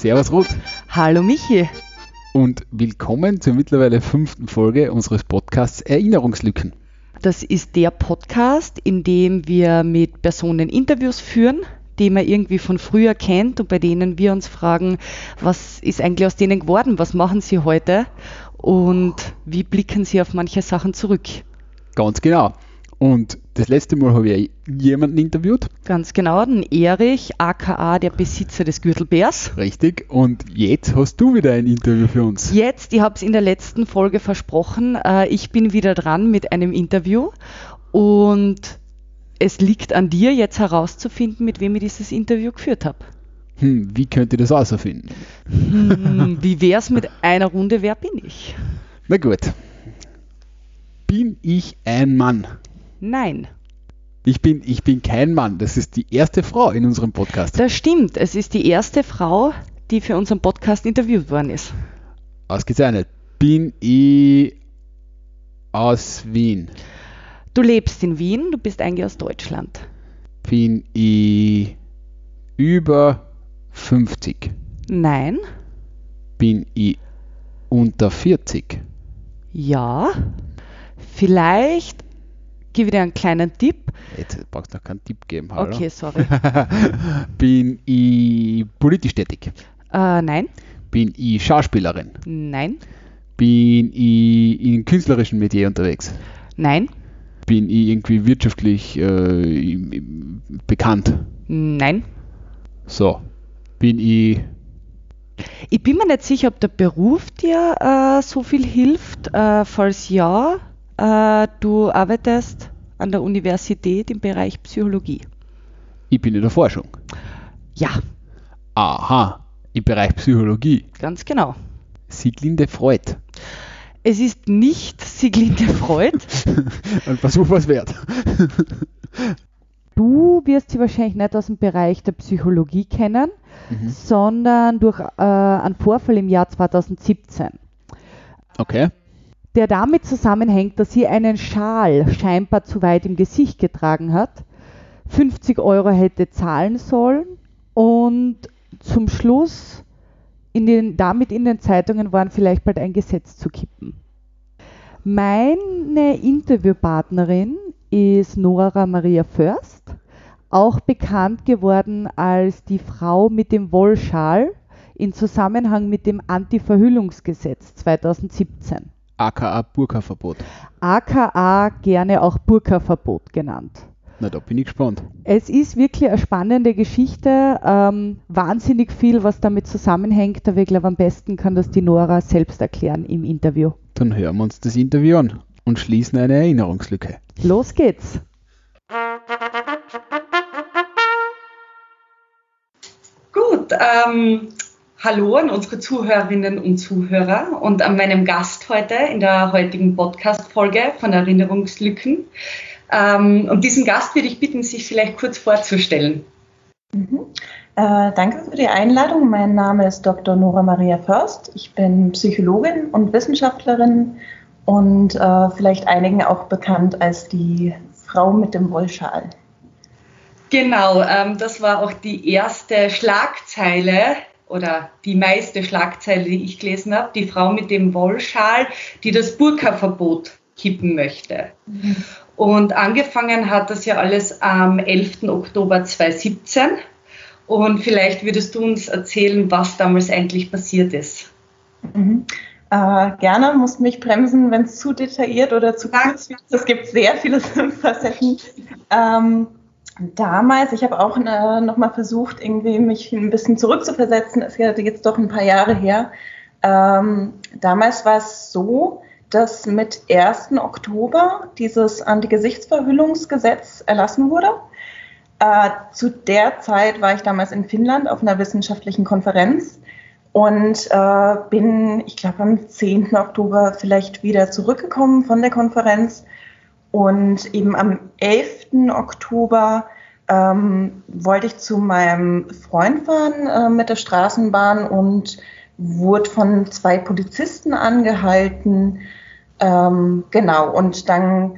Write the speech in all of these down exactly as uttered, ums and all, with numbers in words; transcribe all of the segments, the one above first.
Servus Ruth. Hallo Michi. Und willkommen zur mittlerweile fünften Folge unseres Podcasts Erinnerungslücken. Das ist der Podcast, in dem wir mit Personen Interviews führen, die man irgendwie von früher kennt und bei denen wir uns fragen, was ist eigentlich aus denen geworden, was machen sie heute und wie blicken sie auf manche Sachen zurück. Ganz genau. Und das letzte Mal habe ich jemanden interviewt. Ganz genau, den Erich, aka der Besitzer des Gürtelbärs. Richtig. Und jetzt hast du wieder ein Interview für uns. Jetzt, ich habe es in der letzten Folge versprochen, äh, ich bin wieder dran mit einem Interview und es liegt an dir, jetzt herauszufinden, mit wem ich dieses Interview geführt habe. Hm, wie könnt ihr das herausfinden? Hm, wie wär's mit einer Runde Wer bin ich? Na gut. Bin ich ein Mann? Nein. Ich bin, ich bin kein Mann. Das ist die erste Frau in unserem Podcast. Das stimmt. Es ist die erste Frau, die für unseren Podcast interviewt worden ist. Ausgezeichnet. Bin ich aus Wien? Du lebst in Wien, du bist eigentlich aus Deutschland. Bin ich über fünfzig? Nein. Bin ich unter vierzig? Ja. Vielleicht gebe ich dir einen kleinen Tipp. Jetzt brauchst du noch keinen Tipp geben. Hallo? Okay, sorry. Bin ich politisch tätig? Äh, nein. Bin ich Schauspielerin? Nein. Bin ich in künstlerischen Metier unterwegs? Nein. Bin ich irgendwie wirtschaftlich äh, bekannt? Nein. So. Bin ich... Ich bin mir nicht sicher, ob der Beruf dir äh, so viel hilft. Äh, falls ja, äh, du arbeitest an der Universität im Bereich Psychologie. Ich bin in der Forschung? Ja. Aha, im Bereich Psychologie. Ganz genau. Sieglinde Freud. Es ist nicht Sieglinde Freud. Ein Versuch was wert. Du wirst sie wahrscheinlich nicht aus dem Bereich der Psychologie kennen, mhm. sondern durch äh, einen Vorfall im Jahr zweitausendsiebzehn. Okay. Der damit zusammenhängt, dass sie einen Schal scheinbar zu weit im Gesicht getragen hat, fünfzig Euro hätte zahlen sollen und zum Schluss in den, damit in den Zeitungen waren, vielleicht bald ein Gesetz zu kippen. Meine Interviewpartnerin ist Nora Maria Först, auch bekannt geworden als die Frau mit dem Wollschal in Zusammenhang mit dem Anti-Verhüllungsgesetz zweitausendsiebzehn. aka Burka-Verbot. aka gerne auch Burka-Verbot genannt. Na, da bin ich gespannt. Es ist wirklich eine spannende Geschichte, ähm, wahnsinnig viel, was damit zusammenhängt, aber ich glaube, am besten kann das die Nora selbst erklären im Interview. Dann hören wir uns das Interview an und schließen eine Erinnerungslücke. Los geht's! Gut, ähm, hallo an unsere Zuhörerinnen und Zuhörer und an meinem Gast heute in der heutigen Podcast-Folge von Erinnerungslücken. Ähm, und diesen Gast würde ich bitten, sich vielleicht kurz vorzustellen. Mhm. Äh, danke für die Einladung. Mein Name ist Doktor Nora Maria Först. Ich bin Psychologin und Wissenschaftlerin und äh, vielleicht einigen auch bekannt als die Frau mit dem Wollschal. Genau, ähm, das war auch die erste Schlagzeile oder die meiste Schlagzeile, die ich gelesen habe. Die Frau mit dem Wollschal, die das Burka-Verbot kippen möchte. Mhm. Und angefangen hat das ja alles am elften Oktober zweitausendsiebzehn. Und vielleicht würdest du uns erzählen, was damals eigentlich passiert ist. Mhm. Äh, gerne, musst mich bremsen, wenn es zu detailliert oder zu kurz wird. Es gibt sehr viele Facetten. Ähm, damals, ich habe auch äh, nochmal versucht, irgendwie mich ein bisschen zurückzuversetzen. Das ist ja jetzt doch ein paar Jahre her. Ähm, damals war es so, dass mit ersten Oktober dieses Anti-Gesichtsverhüllungsgesetz erlassen wurde. Äh, zu der Zeit war ich damals in Finnland auf einer wissenschaftlichen Konferenz und äh, bin, ich glaube, am zehnten Oktober vielleicht wieder zurückgekommen von der Konferenz. Und eben am elften Oktober ähm, wollte ich zu meinem Freund fahren äh, mit der Straßenbahn und wurde von zwei Polizisten angehalten. Ähm, genau, und dann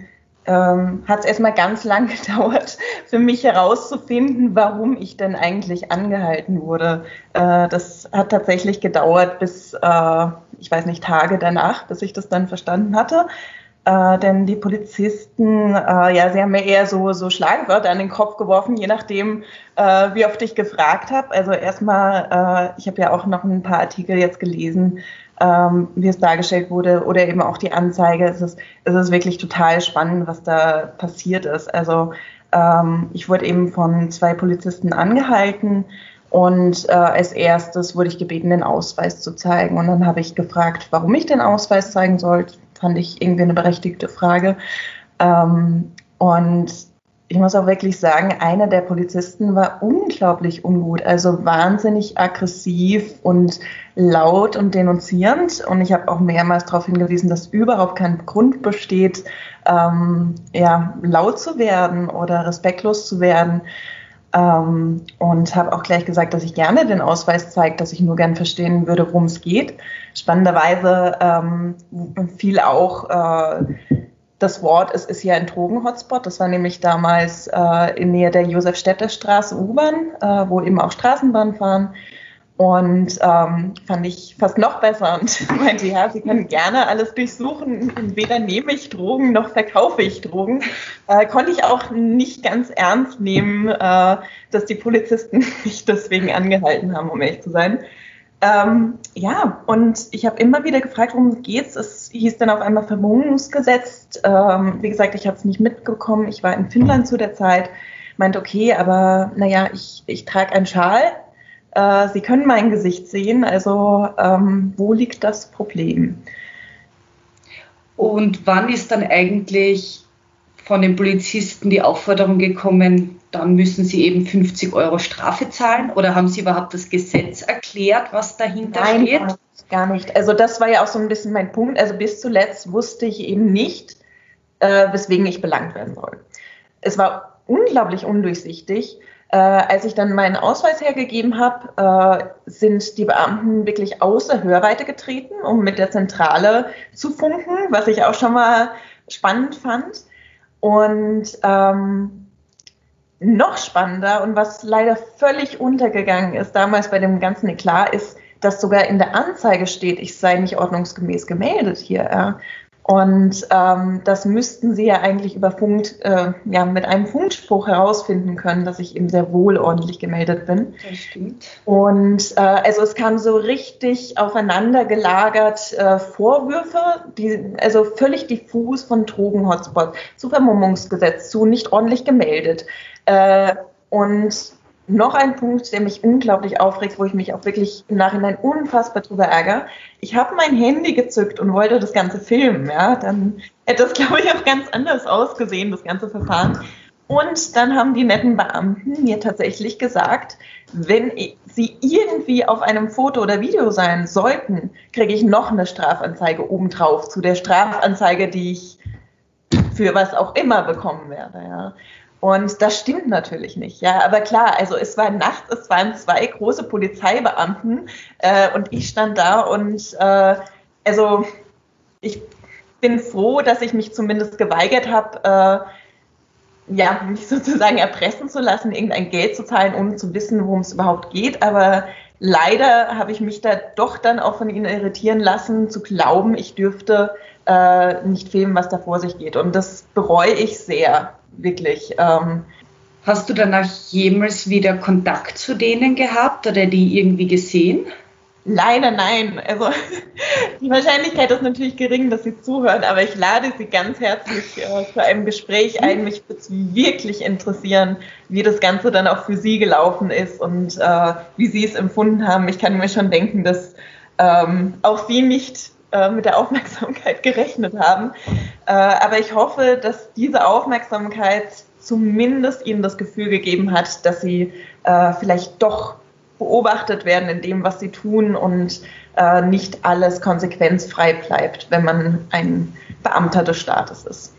ähm, hat es erstmal ganz lang gedauert, für mich herauszufinden, warum ich denn eigentlich angehalten wurde. Äh, das hat tatsächlich gedauert bis, äh, ich weiß nicht, Tage danach, bis ich das dann verstanden hatte. Äh, denn die Polizisten, äh, ja, sie haben mir eher so, so Schlagwörter an den Kopf geworfen, je nachdem, äh, wie oft ich gefragt habe. Also erstmal, äh, ich habe ja auch noch ein paar Artikel jetzt gelesen, ähm, wie es dargestellt wurde, oder eben auch die Anzeige. Es ist, es ist wirklich total spannend, was da passiert ist. Also ähm, ich wurde eben von zwei Polizisten angehalten und äh, als erstes wurde ich gebeten, den Ausweis zu zeigen. Und dann habe ich gefragt, warum ich den Ausweis zeigen sollte. Fand ich irgendwie eine berechtigte Frage. Ähm, und ich muss auch wirklich sagen, einer der Polizisten war unglaublich ungut, also wahnsinnig aggressiv und laut und denunzierend. Und ich habe auch mehrmals darauf hingewiesen, dass überhaupt kein Grund besteht, ähm, ja, laut zu werden oder respektlos zu werden. Ähm, und habe auch gleich gesagt, dass ich gerne den Ausweis zeige, dass ich nur gern verstehen würde, worum es geht. Spannenderweise ähm, fiel auch äh, das Wort, es ist ja ein Drogen-Hotspot. Das war nämlich damals äh, in Nähe der Josef-Städter-Straße U-Bahn, äh, wo eben auch Straßenbahnen fahren. Und ähm, fand ich fast noch besser und meinte, ja, Sie können gerne alles durchsuchen. Weder nehme ich Drogen noch verkaufe ich Drogen. Äh, konnte ich auch nicht ganz ernst nehmen, äh, dass die Polizisten mich deswegen angehalten haben, um ehrlich zu sein. Ähm, ja, und ich habe immer wieder gefragt, worum es geht. Es hieß dann auf einmal Vermummungsgesetz. Ähm, wie gesagt, ich habe es nicht mitbekommen. Ich war in Finnland zu der Zeit. Meinte, okay, aber naja, ich, ich trage einen Schal. Äh, Sie können mein Gesicht sehen. Also ähm, wo liegt das Problem? Und wann ist dann eigentlich von den Polizisten die Aufforderung gekommen, dann müssen sie eben fünfzig Euro Strafe zahlen? Oder haben sie überhaupt das Gesetz erklärt, was dahinter Nein, steht? Nein, gar nicht. Also das war ja auch so ein bisschen mein Punkt. Also bis zuletzt wusste ich eben nicht, äh, weswegen ich belangt werden soll. Es war unglaublich undurchsichtig. Äh, als ich dann meinen Ausweis hergegeben habe, äh, sind die Beamten wirklich außer Hörweite getreten, um mit der Zentrale zu funken, was ich auch schon mal spannend fand. Und ähm, noch spannender und was leider völlig untergegangen ist damals bei dem ganzen Eklat, ist, dass sogar in der Anzeige steht, ich sei nicht ordnungsgemäß gemeldet hier. Ja. Und ähm, das müssten sie ja eigentlich über Funk, äh, ja, mit einem Funkspruch herausfinden können, dass ich eben sehr wohl ordentlich gemeldet bin. Das stimmt. Und äh, also es kam so richtig aufeinander gelagert äh, Vorwürfe, die also völlig diffus von Drogen-Hotspots zu Vermummungsgesetz, zu nicht ordentlich gemeldet. Äh, und noch ein Punkt, der mich unglaublich aufregt, wo ich mich auch wirklich im Nachhinein unfassbar drüber ärgere. Ich habe mein Handy gezückt und wollte das Ganze filmen. Ja? Dann hätte das, glaube ich, auch ganz anders ausgesehen, das ganze Verfahren. Und dann haben die netten Beamten mir tatsächlich gesagt, wenn sie irgendwie auf einem Foto oder Video sein sollten, kriege ich noch eine Strafanzeige obendrauf zu der Strafanzeige, die ich für was auch immer bekommen werde. Ja. Und das stimmt natürlich nicht, ja, aber klar, also es war nachts, es waren zwei große Polizeibeamten äh, und ich stand da und äh, also ich bin froh, dass ich mich zumindest geweigert habe, äh, ja, mich sozusagen erpressen zu lassen, irgendein Geld zu zahlen, ohne zu wissen, worum es überhaupt geht, aber leider habe ich mich da doch dann auch von ihnen irritieren lassen, zu glauben, ich dürfte äh, nicht filmen, was da vor sich geht und das bereue ich sehr. Wirklich. Ähm. Hast du danach jemals wieder Kontakt zu denen gehabt oder die irgendwie gesehen? Leider nein. Also die Wahrscheinlichkeit ist natürlich gering, dass sie zuhören, aber ich lade sie ganz herzlich äh, zu einem Gespräch ein. Mich würde es wirklich interessieren, wie das Ganze dann auch für sie gelaufen ist und äh, wie sie es empfunden haben. Ich kann mir schon denken, dass ähm, auch sie nicht mit der Aufmerksamkeit gerechnet haben. Äh, aber ich hoffe, dass diese Aufmerksamkeit zumindest ihnen das Gefühl gegeben hat, dass sie äh, vielleicht doch beobachtet werden in dem, was sie tun und äh, nicht alles konsequenzfrei bleibt, wenn man ein Beamter des Staates ist.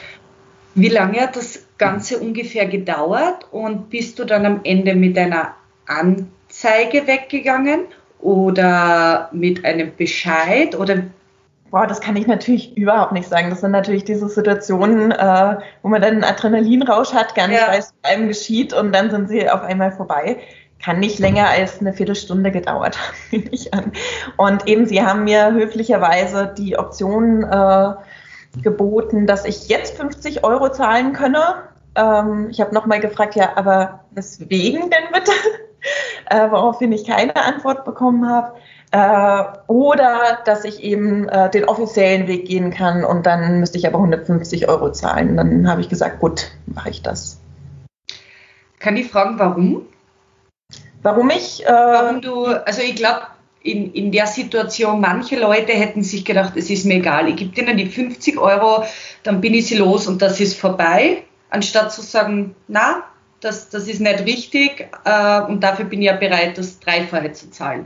Wie lange hat das Ganze ungefähr gedauert und bist du dann am Ende mit einer Anzeige weggegangen? Oder mit einem Bescheid? Oder Boah, das kann ich natürlich überhaupt nicht sagen. Das sind natürlich diese Situationen, äh, wo man dann einen Adrenalinrausch hat, gar nicht Ja. weiß, was einem geschieht und dann sind sie auf einmal vorbei. Kann nicht länger als eine Viertelstunde gedauert haben, nehme ich an. Und eben, sie haben mir höflicherweise die Option äh, geboten, dass ich jetzt fünfzig Euro zahlen könne. Ähm, ich habe nochmal gefragt, ja, aber weswegen denn bitte? äh, woraufhin ich keine Antwort bekommen habe. Äh, oder dass ich eben äh, den offiziellen Weg gehen kann und dann müsste ich aber hundertfünfzig Euro zahlen. Dann habe ich gesagt, gut, mache ich das. Kann ich fragen, warum? Warum ich? Äh, Warum du, also ich glaube, in, in der Situation, manche Leute hätten sich gedacht, es ist mir egal, ich gebe denen die fünfzig Euro, dann bin ich sie los und das ist vorbei, anstatt zu sagen, na, das, das ist nicht richtig äh, und dafür bin ich ja bereit, das Dreifache zu zahlen.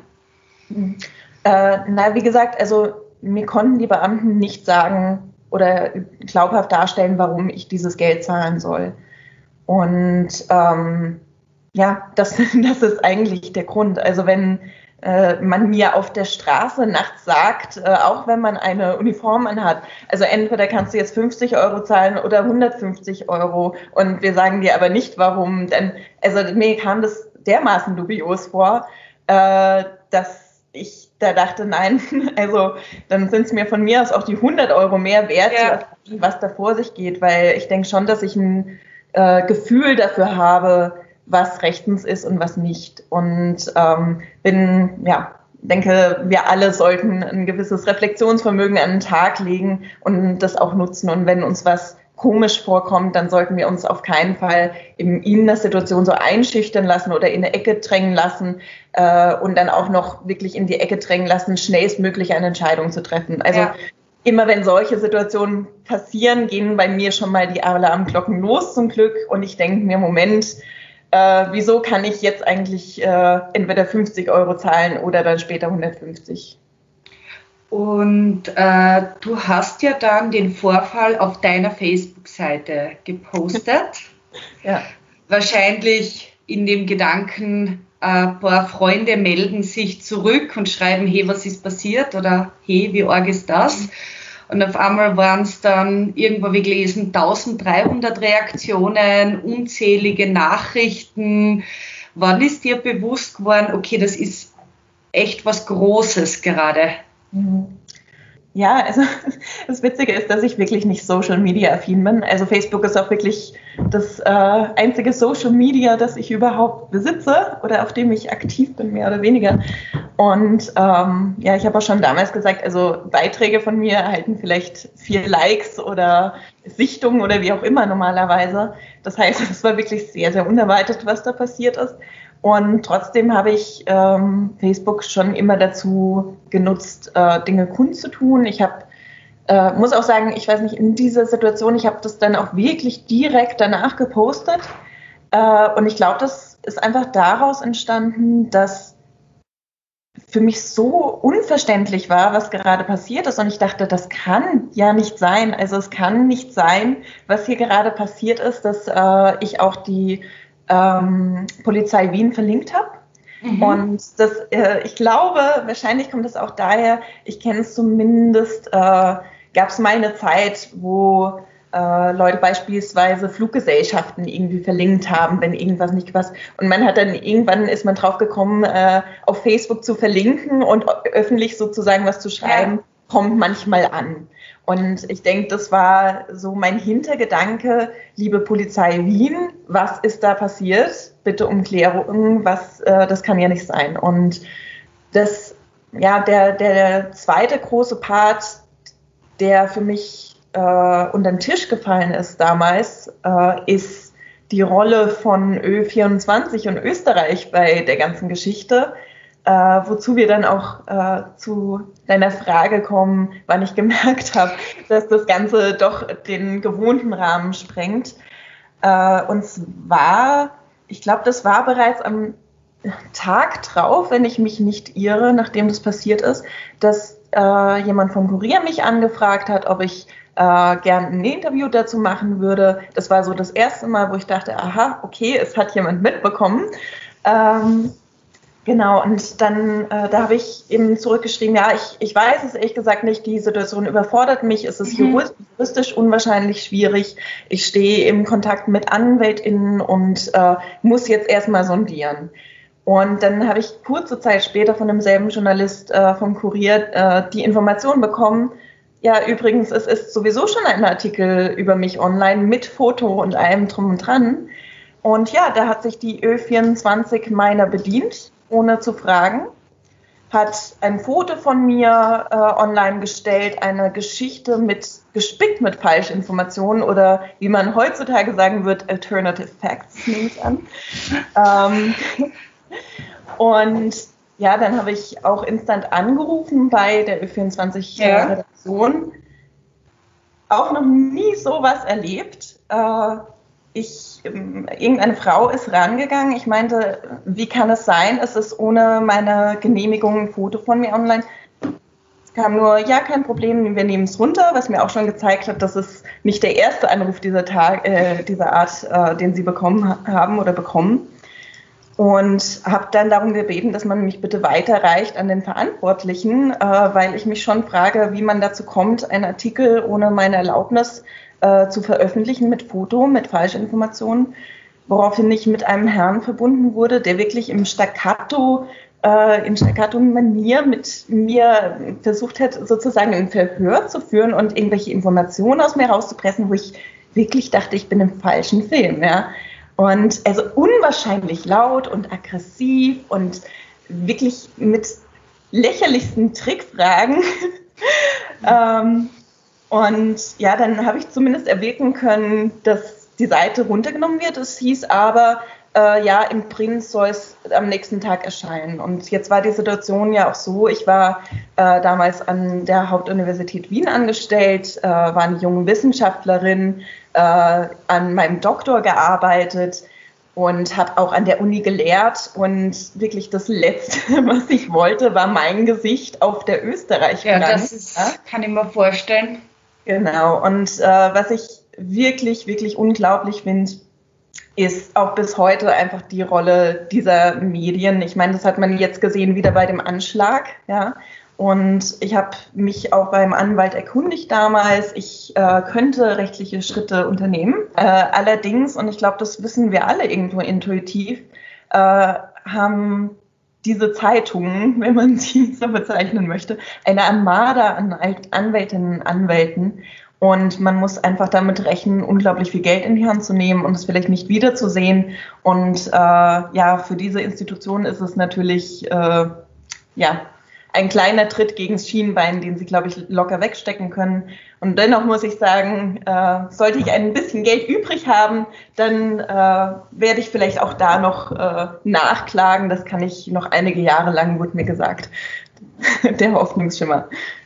Äh, na, wie gesagt, also mir konnten die Beamten nicht sagen oder glaubhaft darstellen, warum ich dieses Geld zahlen soll. Und ähm, ja, das, das ist eigentlich der Grund. Also wenn äh, man mir auf der Straße nachts sagt, äh, auch wenn man eine Uniform anhat, also entweder kannst du jetzt fünfzig Euro zahlen oder hundertfünfzig Euro und wir sagen dir aber nicht, warum, denn also mir kam das dermaßen dubios vor, äh, dass ich da dachte, nein, also dann sind es mir von mir aus auch die hundert Euro mehr wert, Ja. was da vor sich geht, weil ich denke schon, dass ich ein äh, Gefühl dafür habe, was rechtens ist und was nicht. Und ähm, bin, ja, denke, wir alle sollten ein gewisses Reflexionsvermögen an den Tag legen und das auch nutzen. Und wenn uns was komisch vorkommt, dann sollten wir uns auf keinen Fall in, in der Situation so einschüchtern lassen oder in eine Ecke drängen lassen äh, und dann auch noch wirklich in die Ecke drängen lassen, schnellstmöglich eine Entscheidung zu treffen. Also Ja. immer wenn solche Situationen passieren, gehen bei mir schon mal die Alarmglocken los zum Glück und ich denke mir, Moment, äh, wieso kann ich jetzt eigentlich äh, entweder fünfzig Euro zahlen oder dann später hundertfünfzig? Und äh, du hast ja dann den Vorfall auf deiner Facebook-Seite gepostet. Ja. Wahrscheinlich in dem Gedanken, ein äh, paar Freunde melden sich zurück und schreiben, hey, was ist passiert? Oder hey, wie arg ist das? Und auf einmal waren es dann, irgendwo habe ich gelesen, dreizehnhundert Reaktionen, unzählige Nachrichten. Wann ist dir bewusst geworden, okay, das ist echt was Großes gerade? Ja, also das Witzige ist, dass ich wirklich nicht Social Media affin bin. Also Facebook ist auch wirklich das äh, einzige Social Media, das ich überhaupt besitze oder auf dem ich aktiv bin, mehr oder weniger. Und ähm, ja, ich habe auch schon damals gesagt, also Beiträge von mir erhalten vielleicht vier Likes oder Sichtungen oder wie auch immer normalerweise. Das heißt, es war wirklich sehr, sehr unerwartet, was da passiert ist. Und trotzdem habe ich ähm, Facebook schon immer dazu genutzt, äh, Dinge kundzutun. Ich habe, äh, muss auch sagen, ich weiß nicht, in dieser Situation, ich habe das dann auch wirklich direkt danach gepostet. Äh, und ich glaube, das ist einfach daraus entstanden, dass für mich so unverständlich war, was gerade passiert ist. Und ich dachte, das kann ja nicht sein. Also es kann nicht sein, was hier gerade passiert ist, dass äh, ich auch die Ähm, Polizei Wien verlinkt habe. Mhm. Und das, äh, ich glaube, wahrscheinlich kommt das auch daher, ich kenne es zumindest, äh, gab es mal eine Zeit, wo äh, Leute beispielsweise Fluggesellschaften irgendwie verlinkt haben, wenn irgendwas nicht was. Und man hat dann irgendwann ist man drauf gekommen, äh, auf Facebook zu verlinken und öffentlich sozusagen was zu schreiben, ja. Kommt manchmal an. Und ich denke, das war so mein Hintergedanke, liebe Polizei Wien, was ist da passiert? Bitte um Klärung, was, äh, das kann ja nicht sein. Und das, ja, der, der zweite große Part, der für mich äh, unter den Tisch gefallen ist damals, äh, ist die Rolle von Ö vierundzwanzig und Österreich bei der ganzen Geschichte. Äh, wozu wir dann auch äh, zu deiner Frage kommen, wann ich gemerkt habe, dass das Ganze doch den gewohnten Rahmen sprengt. Äh, und zwar, ich glaube, das war bereits am Tag drauf, wenn ich mich nicht irre, nachdem das passiert ist, dass äh, jemand vom Kurier mich angefragt hat, ob ich äh, gern ein Interview dazu machen würde. Das war so das erste Mal, wo ich dachte, aha, okay, es hat jemand mitbekommen. Ähm, Genau, und dann, äh, da habe ich eben zurückgeschrieben, ja, ich, ich weiß es ehrlich gesagt nicht, die Situation überfordert mich, es ist Mhm. juristisch unwahrscheinlich schwierig, ich stehe im Kontakt mit AnwältInnen und äh, muss jetzt erstmal sondieren. Und dann habe ich kurze Zeit später von demselben Journalist äh, vom Kurier äh, die Information bekommen, ja, übrigens, es ist sowieso schon ein Artikel über mich online mit Foto und allem drum und dran. Und ja, da hat sich die Ö vierundzwanzig meiner bedient, ohne zu fragen, hat ein Foto von mir äh, online gestellt, eine Geschichte mit gespickt mit Falschinformationen oder wie man heutzutage sagen wird, Alternative Facts, nehme ich an. ähm, und ja, dann habe ich auch instant angerufen bei der Ö vierundzwanzig-Redaktion. Ja. Auch noch nie sowas erlebt. Äh, Ich, irgendeine Frau ist rangegangen. Ich meinte, wie kann es sein, es ist ohne meine Genehmigung ein Foto von mir online. Es kam nur, ja, kein Problem, wir nehmen es runter, was mir auch schon gezeigt hat, dass es nicht der erste Anruf dieser, Tag, äh, dieser Art, äh, den sie bekommen haben oder bekommen. Und habe dann darum gebeten, dass man mich bitte weiterreicht an den Verantwortlichen, äh, weil ich mich schon frage, wie man dazu kommt, einen Artikel ohne meine Erlaubnis Äh, zu veröffentlichen mit Foto, mit Falschinformationen, woraufhin ich mit einem Herrn verbunden wurde, der wirklich im Staccato, äh, in Staccato-Manier mit mir versucht hat, sozusagen ein Verhör zu führen und irgendwelche Informationen aus mir rauszupressen, wo ich wirklich dachte, ich bin im falschen Film, ja. Und also unwahrscheinlich laut und aggressiv und wirklich mit lächerlichsten Trickfragen. ähm, Und ja, dann habe ich zumindest erwirken können, dass die Seite runtergenommen wird. Es hieß aber, äh, ja, im Print soll es am nächsten Tag erscheinen. Und jetzt war die Situation ja auch so, ich war äh, damals an der Hauptuniversität Wien angestellt, äh, war eine junge Wissenschaftlerin, äh, an meinem Doktor gearbeitet und habe auch an der Uni gelehrt. Und wirklich das Letzte, was ich wollte, war mein Gesicht auf der Österreich-Flagge. Ja, das ist, ja? Kann ich mir vorstellen. Genau, und äh, was ich wirklich, wirklich unglaublich finde, ist auch bis heute einfach die Rolle dieser Medien. Ich meine, das hat man jetzt gesehen wieder bei dem Anschlag, ja. Und ich habe mich auch beim Anwalt erkundigt damals, ich äh, könnte rechtliche Schritte unternehmen. Äh, allerdings, und ich glaube, das wissen wir alle irgendwo intuitiv, äh, haben diese Zeitungen, wenn man sie so bezeichnen möchte, eine Armada an Anwältinnen und Anwälten. Und man muss einfach damit rechnen, unglaublich viel Geld in die Hand zu nehmen und es vielleicht nicht wiederzusehen. Und äh, ja, für diese Institution ist es natürlich äh, ja, ein kleiner Tritt gegen das Schienbein, den sie, glaube ich, locker wegstecken können. Und dennoch muss ich sagen, äh, sollte ich ein bisschen Geld übrig haben, dann äh, werde ich vielleicht auch da noch äh, nachklagen. Das kann ich noch einige Jahre lang, wurde mir gesagt. Der Hoffnungsschimmer.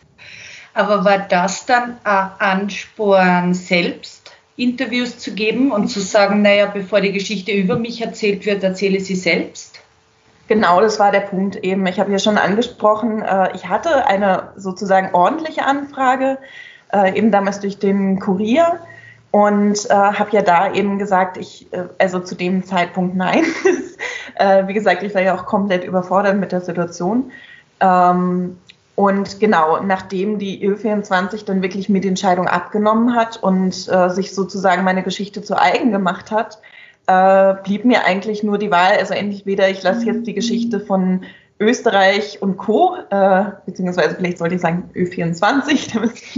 Aber war das dann ein Ansporn, selbst Interviews zu geben und zu sagen, naja, bevor die Geschichte über mich erzählt wird, erzähle ich sie selbst? Genau, das war der Punkt eben. Ich habe ja schon angesprochen, äh, ich hatte eine sozusagen ordentliche Anfrage, äh, eben damals durch den Kurier und äh, habe ja da eben gesagt, ich, äh, also zu dem Zeitpunkt nein. äh, wie gesagt, ich war ja auch komplett überfordert mit der Situation. Ähm, und genau, nachdem die Ö vierundzwanzig dann wirklich mir die Entscheidung abgenommen hat und äh, sich sozusagen meine Geschichte zu eigen gemacht hat, Äh, blieb mir eigentlich nur die Wahl, also entweder ich lasse jetzt die Geschichte von Österreich und Co., äh, beziehungsweise vielleicht sollte ich sagen Ö vierundzwanzig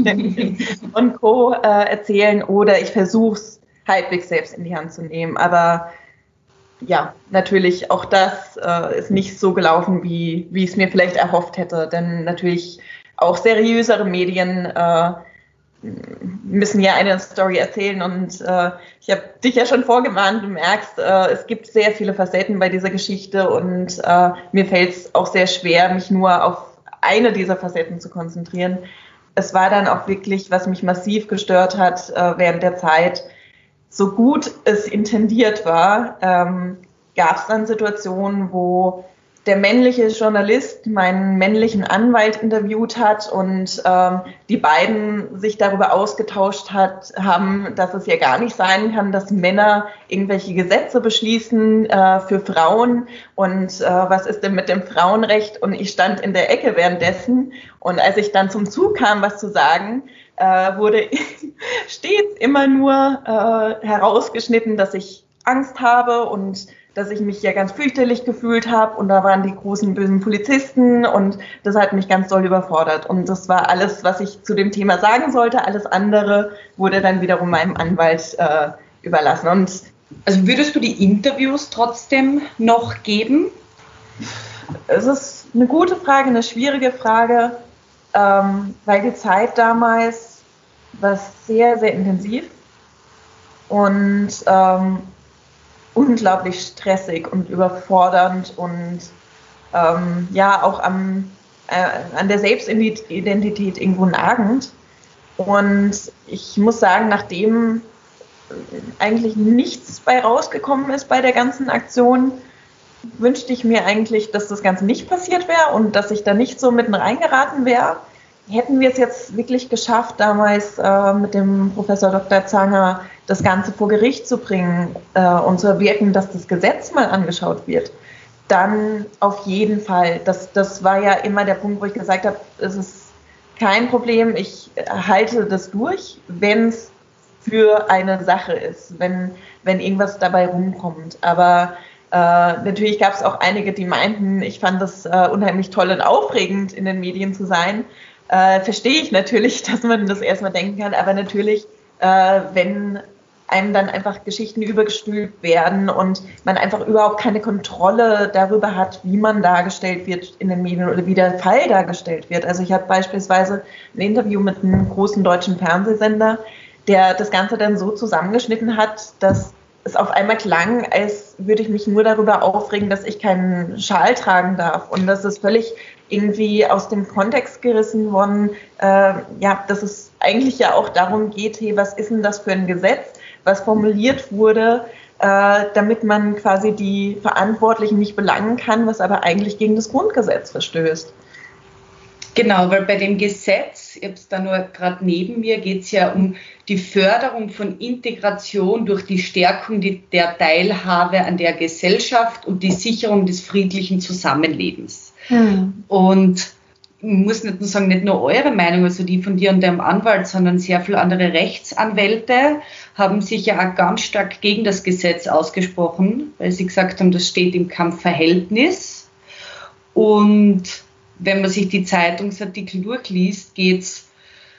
und Co. Äh, erzählen, oder ich versuche es halbwegs selbst in die Hand zu nehmen. Aber ja, natürlich auch das äh, ist nicht so gelaufen, wie, wie ich es mir vielleicht erhofft hätte, denn natürlich auch seriösere Medien äh, müssen ja eine Story erzählen und äh, ich habe dich ja schon vorgewarnt, du merkst, äh, es gibt sehr viele Facetten bei dieser Geschichte und äh, mir fällt es auch sehr schwer, mich nur auf eine dieser Facetten zu konzentrieren. Es war dann auch wirklich, was mich massiv gestört hat äh, während der Zeit, so gut es intendiert war, ähm, gab es dann Situationen, wo der männliche Journalist meinen männlichen Anwalt interviewt hat und ähm, die beiden sich darüber ausgetauscht hat, haben, dass es ja gar nicht sein kann, dass Männer irgendwelche Gesetze beschließen äh, für Frauen und äh, was ist denn mit dem Frauenrecht? Und ich stand in der Ecke währenddessen und als ich dann zum Zug kam, was zu sagen, äh, wurde stets immer nur äh, herausgeschnitten, dass ich Angst habe und dass ich mich ja ganz fürchterlich gefühlt habe und da waren die großen bösen Polizisten und das hat mich ganz doll überfordert und das war alles, was ich zu dem Thema sagen sollte. Alles andere wurde dann wiederum meinem Anwalt äh, überlassen. Und also würdest du die Interviews trotzdem noch geben? Es ist eine gute Frage, eine schwierige Frage, ähm, weil die Zeit damals war sehr, sehr intensiv und ähm, unglaublich stressig und überfordernd und ähm, ja auch am, äh, an der Selbstidentität irgendwo nagend. Und ich muss sagen, nachdem eigentlich nichts bei rausgekommen ist bei der ganzen Aktion, wünschte ich mir eigentlich, dass das Ganze nicht passiert wäre und dass ich da nicht so mitten reingeraten wäre. Hätten wir es jetzt wirklich geschafft, damals äh, mit dem Professor Doktor Zanger das Ganze vor Gericht zu bringen äh, und zu erwirken, dass das Gesetz mal angeschaut wird, dann auf jeden Fall. Das, das war ja immer der Punkt, wo ich gesagt habe, es ist kein Problem, ich halte das durch, wenn es für eine Sache ist, wenn, wenn irgendwas dabei rumkommt. Aber äh, natürlich gab es auch einige, die meinten, ich fand das äh, unheimlich toll und aufregend, in den Medien zu sein. Äh, verstehe ich natürlich, dass man das erstmal denken kann, aber natürlich, äh, wenn einem dann einfach Geschichten übergestülpt werden und man einfach überhaupt keine Kontrolle darüber hat, wie man dargestellt wird in den Medien oder wie der Fall dargestellt wird. Also ich hatte beispielsweise ein Interview mit einem großen deutschen Fernsehsender, der das Ganze dann so zusammengeschnitten hat, dass es auf einmal klang, als würde ich mich nur darüber aufregen, dass ich keinen Schal tragen darf. Und das ist völlig irgendwie aus dem Kontext gerissen worden, äh, ja, dass es eigentlich ja auch darum geht, hey, was ist denn das für ein Gesetz, was formuliert wurde, äh, damit man quasi die Verantwortlichen nicht belangen kann, was aber eigentlich gegen das Grundgesetz verstößt. Genau, weil bei dem Gesetz, ich habe es da nur gerade neben mir, geht es ja um die Förderung von Integration durch die Stärkung der Teilhabe an der Gesellschaft und die Sicherung des friedlichen Zusammenlebens. Hm. Und ich muss nicht nur sagen, nicht nur eure Meinung, also die von dir und deinem Anwalt, sondern sehr viele andere Rechtsanwälte haben sich ja auch ganz stark gegen das Gesetz ausgesprochen, weil sie gesagt haben, das steht im Kampfverhältnis. Und wenn man sich die Zeitungsartikel durchliest, geht es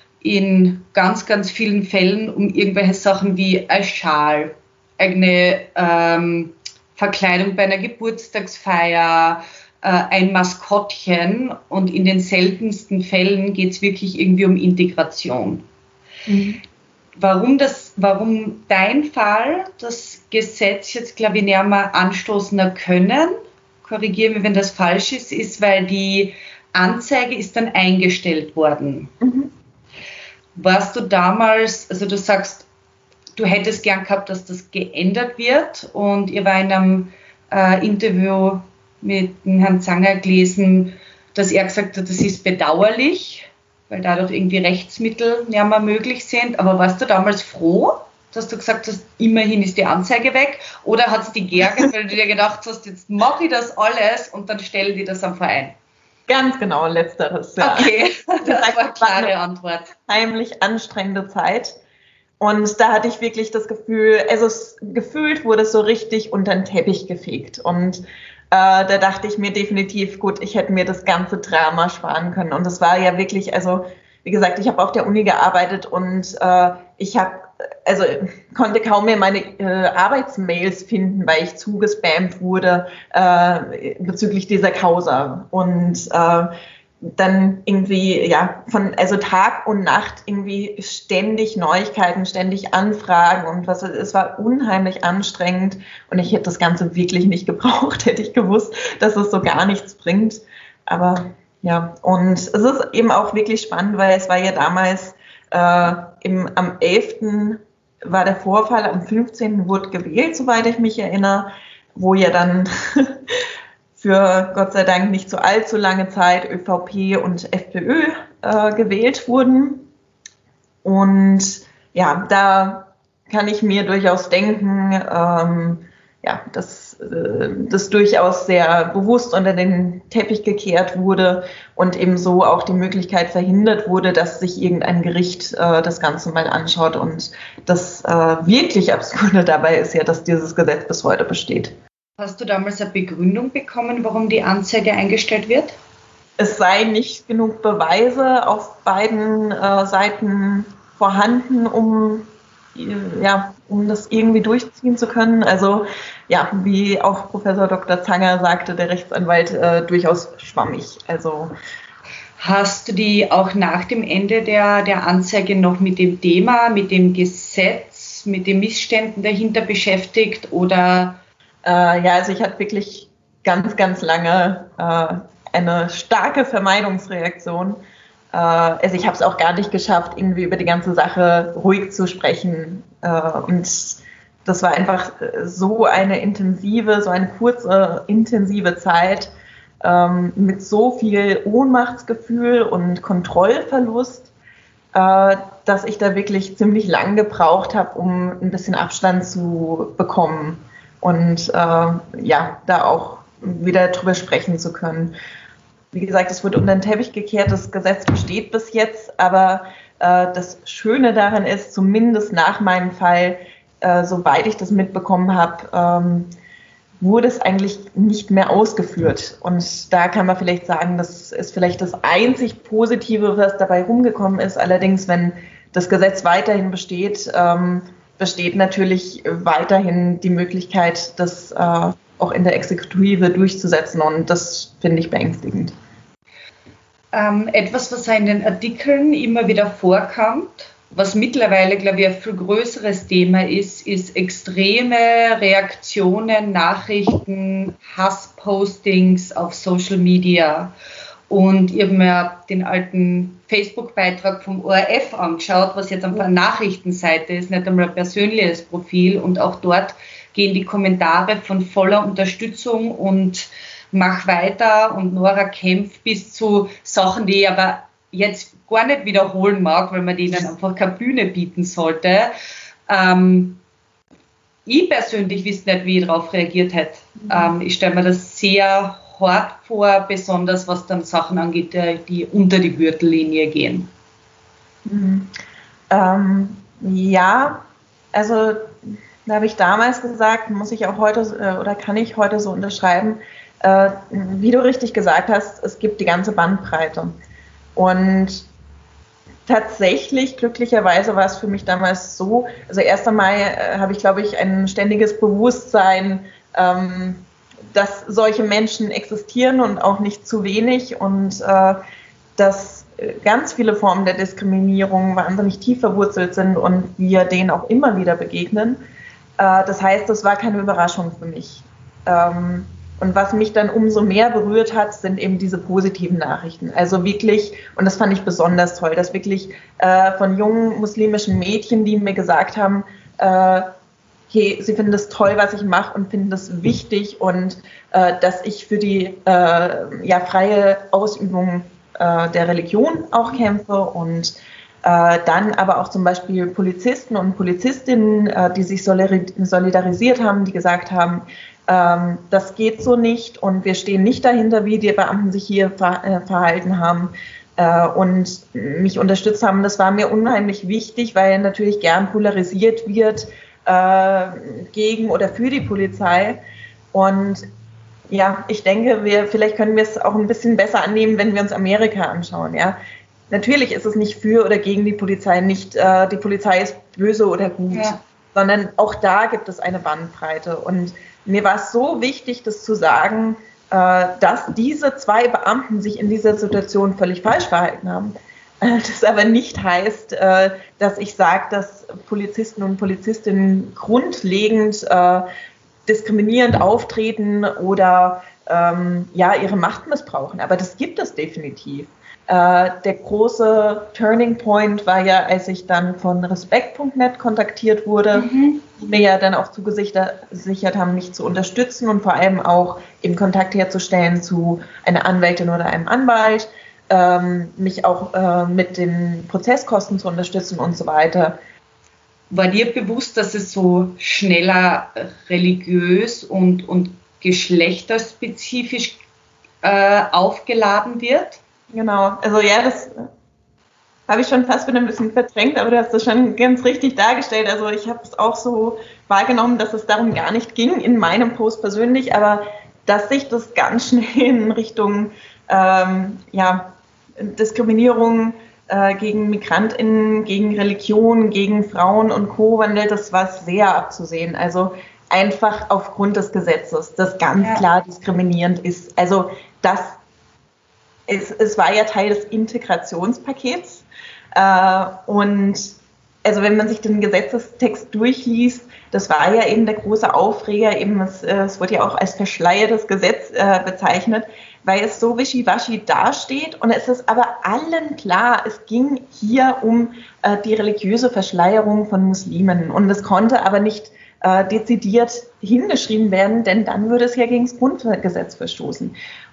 in ganz, ganz vielen Fällen um irgendwelche Sachen wie ein Schal, eine ähm, Verkleidung bei einer Geburtstagsfeier, äh, ein Maskottchen, und in den seltensten Fällen geht es wirklich irgendwie um Integration. Mhm. Warum, das, warum dein Fall das Gesetz jetzt, glaube ich, näher mal anstoßen können, korrigiere mich, wenn das falsch ist, ist, weil die Anzeige ist dann eingestellt worden. Mhm. Warst du damals, also du sagst, du hättest gern gehabt, dass das geändert wird, und ihr war in einem äh, Interview mit dem Herrn Zanger gelesen, dass er gesagt hat, das ist bedauerlich, weil dadurch irgendwie Rechtsmittel nicht mehr möglich sind. Aber warst du damals froh, dass du gesagt hast, immerhin ist die Anzeige weg? Oder hat es dich geärgert, weil du dir gedacht hast, jetzt mache ich das alles und dann stellen die das am Verein? Ganz genau, letzteres. Ja. Okay, das war eine klare Antwort. Heimlich anstrengende Zeit. Und da hatte ich wirklich das Gefühl, also es, gefühlt wurde es so richtig unter den Teppich gefegt. Und äh, da dachte ich mir definitiv, gut, ich hätte mir das ganze Drama sparen können. Und es war ja wirklich, also wie gesagt, ich habe auf der Uni gearbeitet und äh, ich habe, also konnte kaum mehr meine äh, Arbeitsmails finden, weil ich zugespammt wurde äh, bezüglich dieser Causa. Und äh, dann irgendwie, ja, von, also Tag und Nacht irgendwie ständig Neuigkeiten, ständig Anfragen und was, es war unheimlich anstrengend und ich hätte das Ganze wirklich nicht gebraucht, hätte ich gewusst, dass es so gar nichts bringt. Aber ja, und es ist eben auch wirklich spannend, weil es war ja damals äh, im, am elften war der Vorfall, am fünfzehnten wurde gewählt, soweit ich mich erinnere, wo ja dann für Gott sei Dank nicht so allzu lange Zeit ÖVP und FPÖ äh, gewählt wurden. Und ja, da kann ich mir durchaus denken, ähm, ja, dass äh, das durchaus sehr bewusst unter den Teppich gekehrt wurde und ebenso auch die Möglichkeit verhindert wurde, dass sich irgendein Gericht äh, das Ganze mal anschaut. Und das äh, wirklich Absurde dabei ist ja, dass dieses Gesetz bis heute besteht. Hast du damals eine Begründung bekommen, warum die Anzeige eingestellt wird? Es sei nicht genug Beweise auf beiden äh, Seiten vorhanden, um ja, um das irgendwie durchziehen zu können. Also ja, wie auch Professor Doktor Zanger sagte, der Rechtsanwalt, äh, durchaus schwammig. Also hast du die auch nach dem Ende der, der Anzeige noch mit dem Thema, mit dem Gesetz, mit den Missständen dahinter beschäftigt oder? Äh, ja, also ich hatte wirklich ganz, ganz lange äh, eine starke Vermeidungsreaktion. Also ich habe es auch gar nicht geschafft, irgendwie über die ganze Sache ruhig zu sprechen. Und das war einfach so eine intensive, so eine kurze, intensive Zeit mit so viel Ohnmachtsgefühl und Kontrollverlust, dass ich da wirklich ziemlich lang gebraucht habe, um ein bisschen Abstand zu bekommen und ja, da auch wieder drüber sprechen zu können. Wie gesagt, es wurde unter den Teppich gekehrt, das Gesetz besteht bis jetzt, aber äh, das Schöne daran ist, zumindest nach meinem Fall, äh, soweit ich das mitbekommen habe, ähm, wurde es eigentlich nicht mehr ausgeführt. Und da kann man vielleicht sagen, das ist vielleicht das einzig Positive, was dabei rumgekommen ist. Allerdings, wenn das Gesetz weiterhin besteht, ähm, besteht natürlich weiterhin die Möglichkeit, das äh, auch in der Exekutive durchzusetzen, und das finde ich beängstigend. Ähm, etwas, was in den Artikeln immer wieder vorkommt, was mittlerweile, glaube ich, ein viel größeres Thema ist, ist extreme Reaktionen, Nachrichten, Hasspostings auf Social Media. Und ich habe mir den alten Facebook-Beitrag vom O R F angeschaut, was jetzt auf einer Nachrichtenseite ist, nicht einmal ein persönliches Profil, und auch dort gehen die Kommentare von voller Unterstützung und mach weiter und Nora kämpft bis zu Sachen, die ich aber jetzt gar nicht wiederholen mag, weil man denen einfach keine Bühne bieten sollte. Ähm, ich persönlich wüsste nicht, wie ich darauf reagiert hätte. Mhm. Ähm, ich stelle mir das sehr hart vor, besonders was dann Sachen angeht, die unter die Gürtellinie gehen. Mhm. Ähm, ja, also da habe ich damals gesagt, muss ich auch heute äh, oder kann ich heute so unterschreiben, äh, wie du richtig gesagt hast, es gibt die ganze Bandbreite. Und tatsächlich, glücklicherweise war es für mich damals so, also erst einmal äh, habe ich, glaube ich, ein ständiges Bewusstsein, ähm, dass solche Menschen existieren und auch nicht zu wenig, und äh, dass ganz viele Formen der Diskriminierung wahnsinnig tief verwurzelt sind und wir denen auch immer wieder begegnen. Das heißt, das war keine Überraschung für mich. Und was mich dann umso mehr berührt hat, sind eben diese positiven Nachrichten. Also wirklich, und das fand ich besonders toll, dass wirklich von jungen muslimischen Mädchen, die mir gesagt haben, okay, sie finden das toll, was ich mache, und finden das wichtig, und dass ich für die ja, freie Ausübung der Religion auch kämpfe, und Äh, dann aber auch zum Beispiel Polizisten und Polizistinnen, äh, die sich solidarisiert haben, die gesagt haben, ähm, das geht so nicht und wir stehen nicht dahinter, wie die Beamten sich hier ver- äh, verhalten haben, äh, und mich unterstützt haben. Das war mir unheimlich wichtig, weil natürlich gern polarisiert wird äh, gegen oder für die Polizei. Und ja, ich denke, wir vielleicht können wir es auch ein bisschen besser annehmen, wenn wir uns Amerika anschauen, ja. Natürlich ist es nicht für oder gegen die Polizei, nicht äh, die Polizei ist böse oder gut, ja, sondern auch da gibt es eine Bandbreite. Und mir war es so wichtig, das zu sagen, äh, dass diese zwei Beamten sich in dieser Situation völlig falsch verhalten haben. Äh, das aber nicht heißt, äh, dass ich sage, dass Polizisten und Polizistinnen grundlegend äh, diskriminierend auftreten oder ähm, ja, ihre Macht missbrauchen. Aber das gibt es definitiv. Äh, der große Turning Point war ja, als ich dann von Respekt Punkt net kontaktiert wurde, mhm. die mir ja dann auch zugesichert haben, mich zu unterstützen und vor allem auch eben Kontakt herzustellen zu einer Anwältin oder einem Anwalt, ähm, mich auch äh, mit den Prozesskosten zu unterstützen und so weiter. War dir bewusst, dass es so schneller religiös und, und geschlechterspezifisch äh, aufgeladen wird? Genau, also ja, das habe ich schon fast wieder ein bisschen verdrängt, aber du hast das schon ganz richtig dargestellt. Also ich habe es auch so wahrgenommen, dass es darum gar nicht ging in meinem Post persönlich, aber dass sich das ganz schnell in Richtung ähm, ja, Diskriminierung äh, gegen MigrantInnen, gegen Religion, gegen Frauen und Co. wandelt, das war sehr abzusehen. Also einfach aufgrund des Gesetzes, das ganz ja. klar diskriminierend ist. Also das Es, es war ja Teil des Integrationspakets äh, und also wenn man sich den Gesetzestext durchliest, das war ja eben der große Aufreger, eben es, es wurde ja auch als verschleiertes Gesetz äh, bezeichnet, weil es so wischiwaschi dasteht und es ist aber allen klar, es ging hier um äh, die religiöse Verschleierung von Muslimen und es konnte aber nicht äh, dezidiert hingeschrieben werden, denn dann würde es ja gegen das Grundgesetz verstoßen.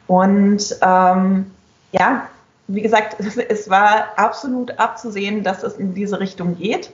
Und ähm, ja, wie gesagt, es, es war absolut abzusehen, dass es in diese Richtung geht.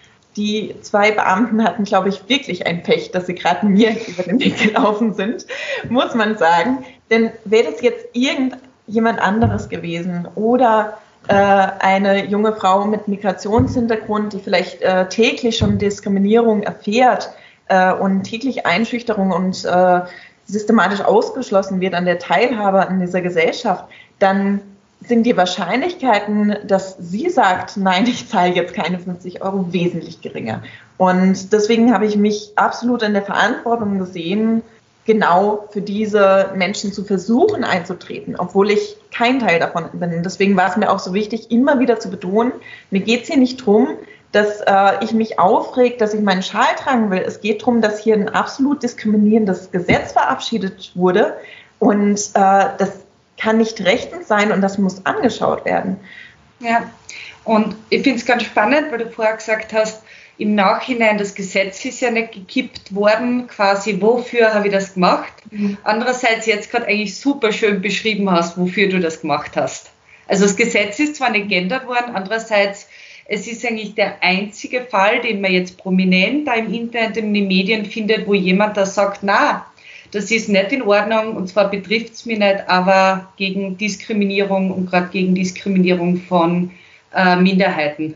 Die zwei Beamten hatten, glaube ich, wirklich ein Pech, dass sie gerade mir über den Weg gelaufen sind, muss man sagen. Denn wäre das jetzt irgendjemand anderes gewesen oder äh, eine junge Frau mit Migrationshintergrund, die vielleicht äh, täglich schon Diskriminierung erfährt äh, und täglich Einschüchterung und äh, systematisch ausgeschlossen wird an der Teilhabe an dieser Gesellschaft, dann sind die Wahrscheinlichkeiten, dass sie sagt, nein, ich zahle jetzt keine fünfzig Euro, wesentlich geringer. Und deswegen habe ich mich absolut in der Verantwortung gesehen, genau für diese Menschen zu versuchen einzutreten, obwohl ich kein Teil davon bin. Deswegen war es mir auch so wichtig, immer wieder zu betonen, mir geht es hier nicht darum, dass äh, ich mich aufreg, dass ich meinen Schal tragen will. Es geht darum, dass hier ein absolut diskriminierendes Gesetz verabschiedet wurde und äh, das kann nicht rechtens sein und das muss angeschaut werden. Ja, und ich finde es ganz spannend, weil du vorher gesagt hast, im Nachhinein, das Gesetz ist ja nicht gekippt worden, quasi, wofür habe ich das gemacht? Mhm. Andererseits jetzt gerade eigentlich super schön beschrieben hast, wofür du das gemacht hast. Also das Gesetz ist zwar nicht geändert worden, andererseits es ist eigentlich der einzige Fall, den man jetzt prominent da im Internet und in den Medien findet, wo jemand da sagt, na, das ist nicht in Ordnung und zwar betrifft es mich nicht, aber gegen Diskriminierung und gerade gegen Diskriminierung von äh, Minderheiten.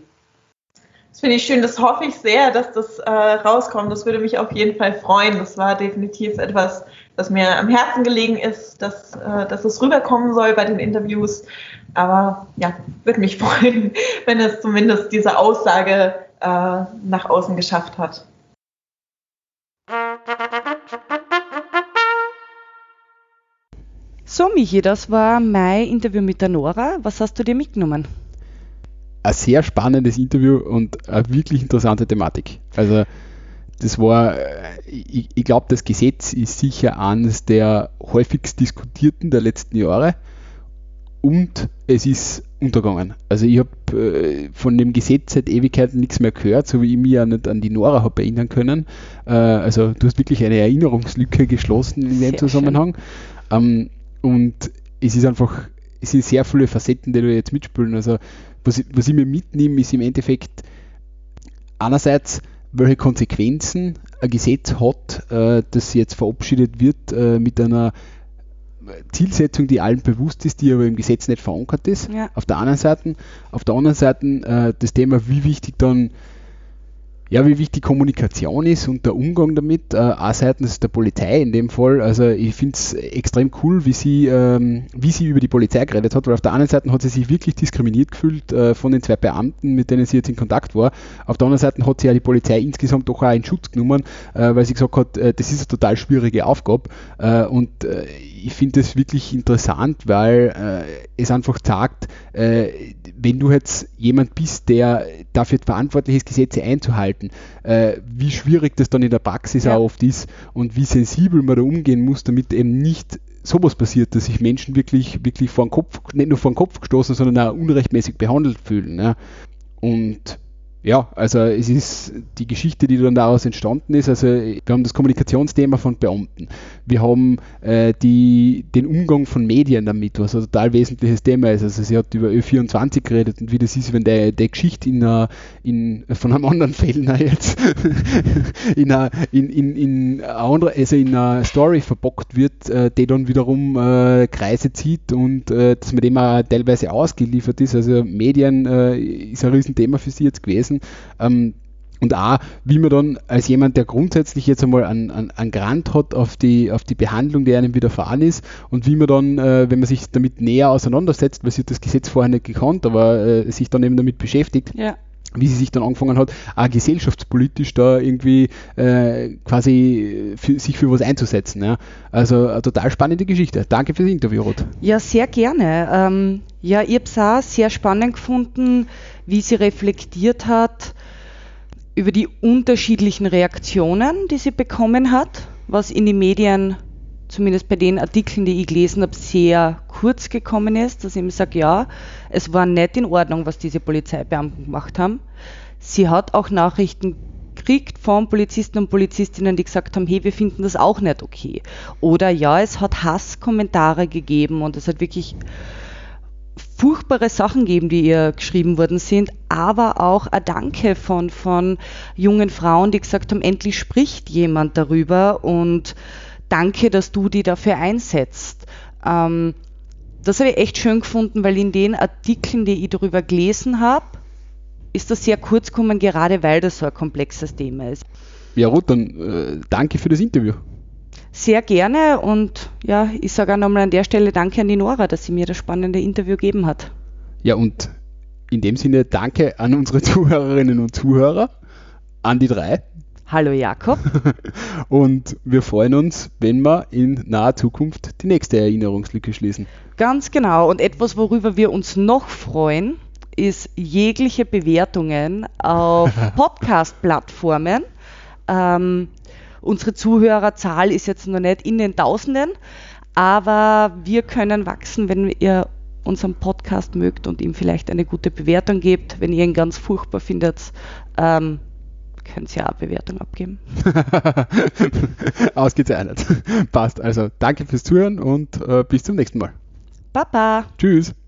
Das finde ich schön, das hoffe ich sehr, dass das äh, rauskommt. Das würde mich auf jeden Fall freuen. Das war definitiv etwas, was mir am Herzen gelegen ist, dass, äh, dass es rüberkommen soll bei den Interviews. Aber ja, würde mich freuen, wenn es zumindest diese Aussage äh, nach außen geschafft hat. So, Michi, das war mein Interview mit der Nora. Was hast du dir mitgenommen? Ein sehr spannendes Interview und eine wirklich interessante Thematik. Also das war, ich, ich glaube, das Gesetz ist sicher eines der häufigst diskutierten der letzten Jahre und es ist untergegangen. Also ich habe äh, von dem Gesetz seit Ewigkeiten nichts mehr gehört, so wie ich mich ja nicht an die Nora habe erinnern können. Äh, also du hast wirklich eine Erinnerungslücke geschlossen in dem Zusammenhang. Ähm, und es ist einfach, es sind sehr viele Facetten, die du jetzt mitspielen. Also was ich, was ich mir mitnehme, ist im Endeffekt einerseits, welche Konsequenzen ein Gesetz hat, äh, das jetzt verabschiedet wird äh, mit einer Zielsetzung, die allen bewusst ist, die aber im Gesetz nicht verankert ist. Ja. Auf der anderen Seite, auf der anderen Seite äh, das Thema, wie wichtig dann ja, wie wichtig Kommunikation ist und der Umgang damit, äh, auch seitens der Polizei in dem Fall. Also ich finde es extrem cool, wie sie, ähm, wie sie über die Polizei geredet hat, weil auf der einen Seite hat sie sich wirklich diskriminiert gefühlt äh, von den zwei Beamten, mit denen sie jetzt in Kontakt war. Auf der anderen Seite hat sie ja die Polizei insgesamt doch auch in Schutz genommen, äh, weil sie gesagt hat, äh, das ist eine total schwierige Aufgabe. Äh, und äh, ich finde das wirklich interessant, weil äh, es einfach sagt, äh, wenn du jetzt jemand bist, der dafür verantwortlich ist, Gesetze einzuhalten, äh, wie schwierig das dann in der Praxis ja. auch oft ist und wie sensibel man da umgehen muss, damit eben nicht sowas passiert, dass sich Menschen wirklich, wirklich vor den Kopf, nicht nur vor den Kopf gestoßen, sondern auch unrechtmäßig behandelt fühlen. Ja. Und ja, also es ist die Geschichte, die dann daraus entstanden ist. Also wir haben das Kommunikationsthema von Beamten. Wir haben äh, die, den Umgang von Medien damit, was ein total wesentliches Thema ist. Also sie hat über Ö vierundzwanzig geredet und wie das ist, wenn der, der Geschichte in, einer, in von einem anderen Fällen jetzt in einer in, in, in andere, also in einer Story verbockt wird, äh, die dann wiederum äh, Kreise zieht und äh, dass man dem auch teilweise ausgeliefert ist. Also Medien äh, ist ein Riesenthema für sie jetzt gewesen. Ähm, und auch, wie man dann als jemand, der grundsätzlich jetzt einmal einen, einen, einen Grant hat auf die, auf die Behandlung, die einem widerfahren ist, und wie man dann, äh, wenn man sich damit näher auseinandersetzt, weil sie hat das Gesetz vorher nicht gekannt, aber äh, sich dann eben damit beschäftigt, ja. wie sie sich dann angefangen hat, auch gesellschaftspolitisch da irgendwie äh, quasi für, sich für was einzusetzen. Ja. Also eine total spannende Geschichte. Danke fürs Interview, Ruth. Ja, sehr gerne. Ähm, ja, ich habe es auch sehr spannend gefunden, wie sie reflektiert hat über die unterschiedlichen Reaktionen, die sie bekommen hat, was in den Medien, zumindest bei den Artikeln, die ich gelesen habe, sehr kurz gekommen ist, dass ich ihm sage, ja, es war nicht in Ordnung, was diese Polizeibeamten gemacht haben. Sie hat auch Nachrichten gekriegt von Polizisten und Polizistinnen, die gesagt haben, hey, wir finden das auch nicht okay. Oder ja, es hat Hasskommentare gegeben und es hat wirklich furchtbare Sachen gegeben, die ihr geschrieben worden sind, aber auch ein Danke von, von jungen Frauen, die gesagt haben, endlich spricht jemand darüber und danke, dass du die dafür einsetzt. Ähm, das habe ich echt schön gefunden, weil in den Artikeln, die ich darüber gelesen habe, ist das sehr kurz gekommen, gerade weil das so ein komplexes Thema ist. Ja, Ruth, dann äh, danke für das Interview. Sehr gerne und ja, ich sage auch nochmal an der Stelle danke an die Nora, dass sie mir das spannende Interview gegeben hat. Ja, und in dem Sinne danke an unsere Zuhörerinnen und Zuhörer, an die drei. Hallo Jakob. Und wir freuen uns, wenn wir in naher Zukunft die nächste Erinnerungslücke schließen. Ganz genau. Und etwas, worüber wir uns noch freuen, ist jegliche Bewertungen auf Podcast-Plattformen. Ähm, unsere Zuhörerzahl ist jetzt noch nicht in den Tausenden, aber wir können wachsen, wenn ihr unseren Podcast mögt und ihm vielleicht eine gute Bewertung gebt. Wenn ihr ihn ganz furchtbar findet, ähm, könnt ihr auch eine Bewertung abgeben. Ausgezeichnet. Passt. Also danke fürs Zuhören und äh, bis zum nächsten Mal. Baba. Tschüss.